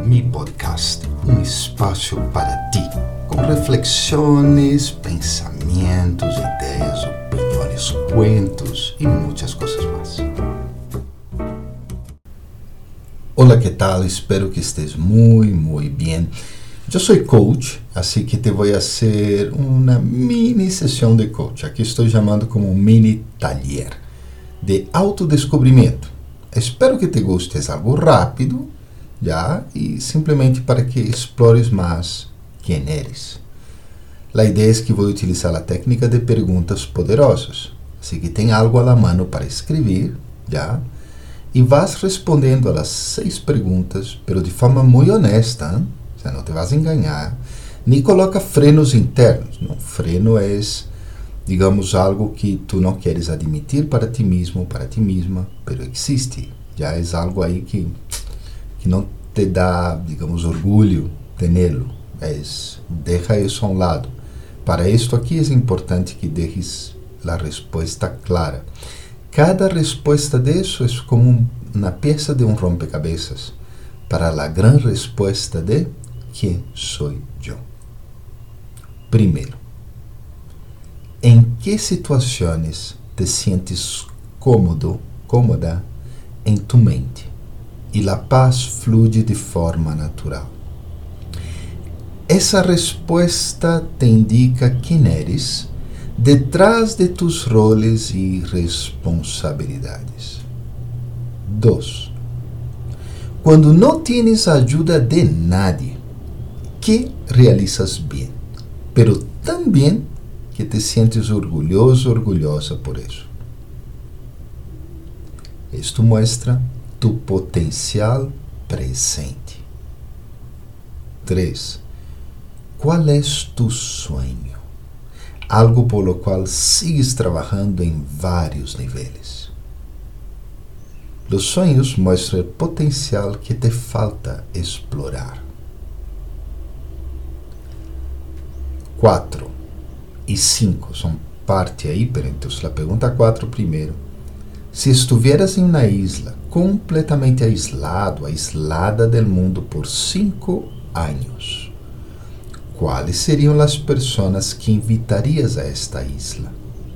mi podcast, un espacio para ti, con reflexiones, pensamientos, ideas, opiniones, cuentos y muchas cosas más. Hola, ¿qué tal? Espero que estés muy bien. Yo soy coach, así que te voy a hacer una mini sesión de coach. Aquí estoy llamando como un mini taller de autodescubrimiento. Espero que te guste, es algo rápido, ¿ya? Y simplemente para que explores más quién eres. La idea es que voy a utilizar la técnica de preguntas poderosas. Así que ten algo a la mano para escribir, ¿ya? Y vas respondendo a las 6 perguntas, pero de forma muy honesta, ¿eh? O sea, no te vas a engañar, ni coloca frenos internos. ¿No? Freno es, digamos, algo que tú no quieres admitir para ti mismo, para ti misma, pero existe. Ya es algo ahí que no te da, digamos, orgullo tenerlo. Deja eso a un lado. Para esto aquí es importante que dejes la respuesta clara. Cada respuesta de eso es como una pieza de un rompecabezas para la gran respuesta de ¿quién soy yo? Primero, ¿en qué situaciones te sientes cómodo, cómoda en tu mente y la paz fluye de forma natural? Esa respuesta te indica quién eres detrás de tus roles y responsabilidades. 2. Cuando no tienes ayuda de nadie, ¿qué realizas bien? Pero tan bien que te sientes orgulloso, orgullosa por eso. Esto muestra tu potencial presente. 3. ¿Cuál es tu sueño? Algo por lo cual sigues trabajando en varios niveles. Los sueños muestran el potencial que te falta explorar. 4 y 5 son parte ahí, pero entonces la pregunta 4 primero. Si estuvieras en una isla completamente aislado, aislada del mundo por 5 años, ¿cuáles serían las personas que invitarías a esta isla?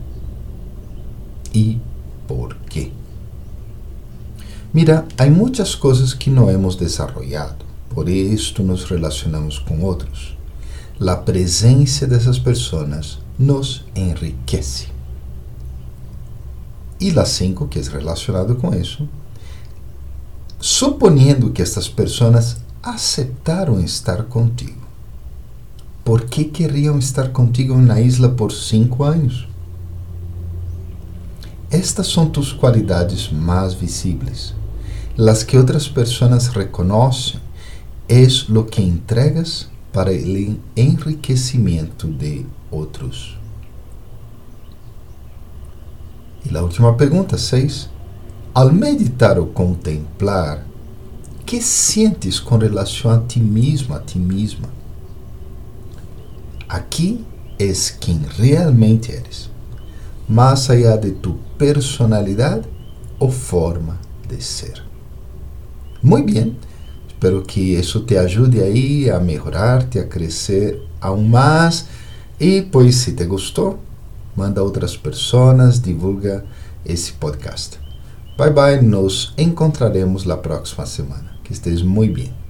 ¿Y por qué? Mira, hay muchas cosas que no hemos desarrollado, por esto nos relacionamos con otros. La presencia de esas personas nos enriquece. Y la 5, que es relacionado con eso, suponiendo que estas personas aceptaron estar contigo, ¿por qué querrían estar contigo en una isla por 5 años? Estas son tus cualidades más visibles. Las que otras personas reconocen es lo que entregas para el enriquecimiento de otros. Y la última pregunta, 6. Al meditar o contemplar, ¿qué sientes con relación a ti mismo, a ti misma? Aquí es quien realmente eres, más allá de tu personalidad o forma de ser. Muy bien, espero que eso te ayude ahí a mejorarte, a crecer aún más. Y pues si te gustó, manda a otras personas, divulga esse podcast. Bye bye, nos encontraremos la próxima semana. Que estés muy bien.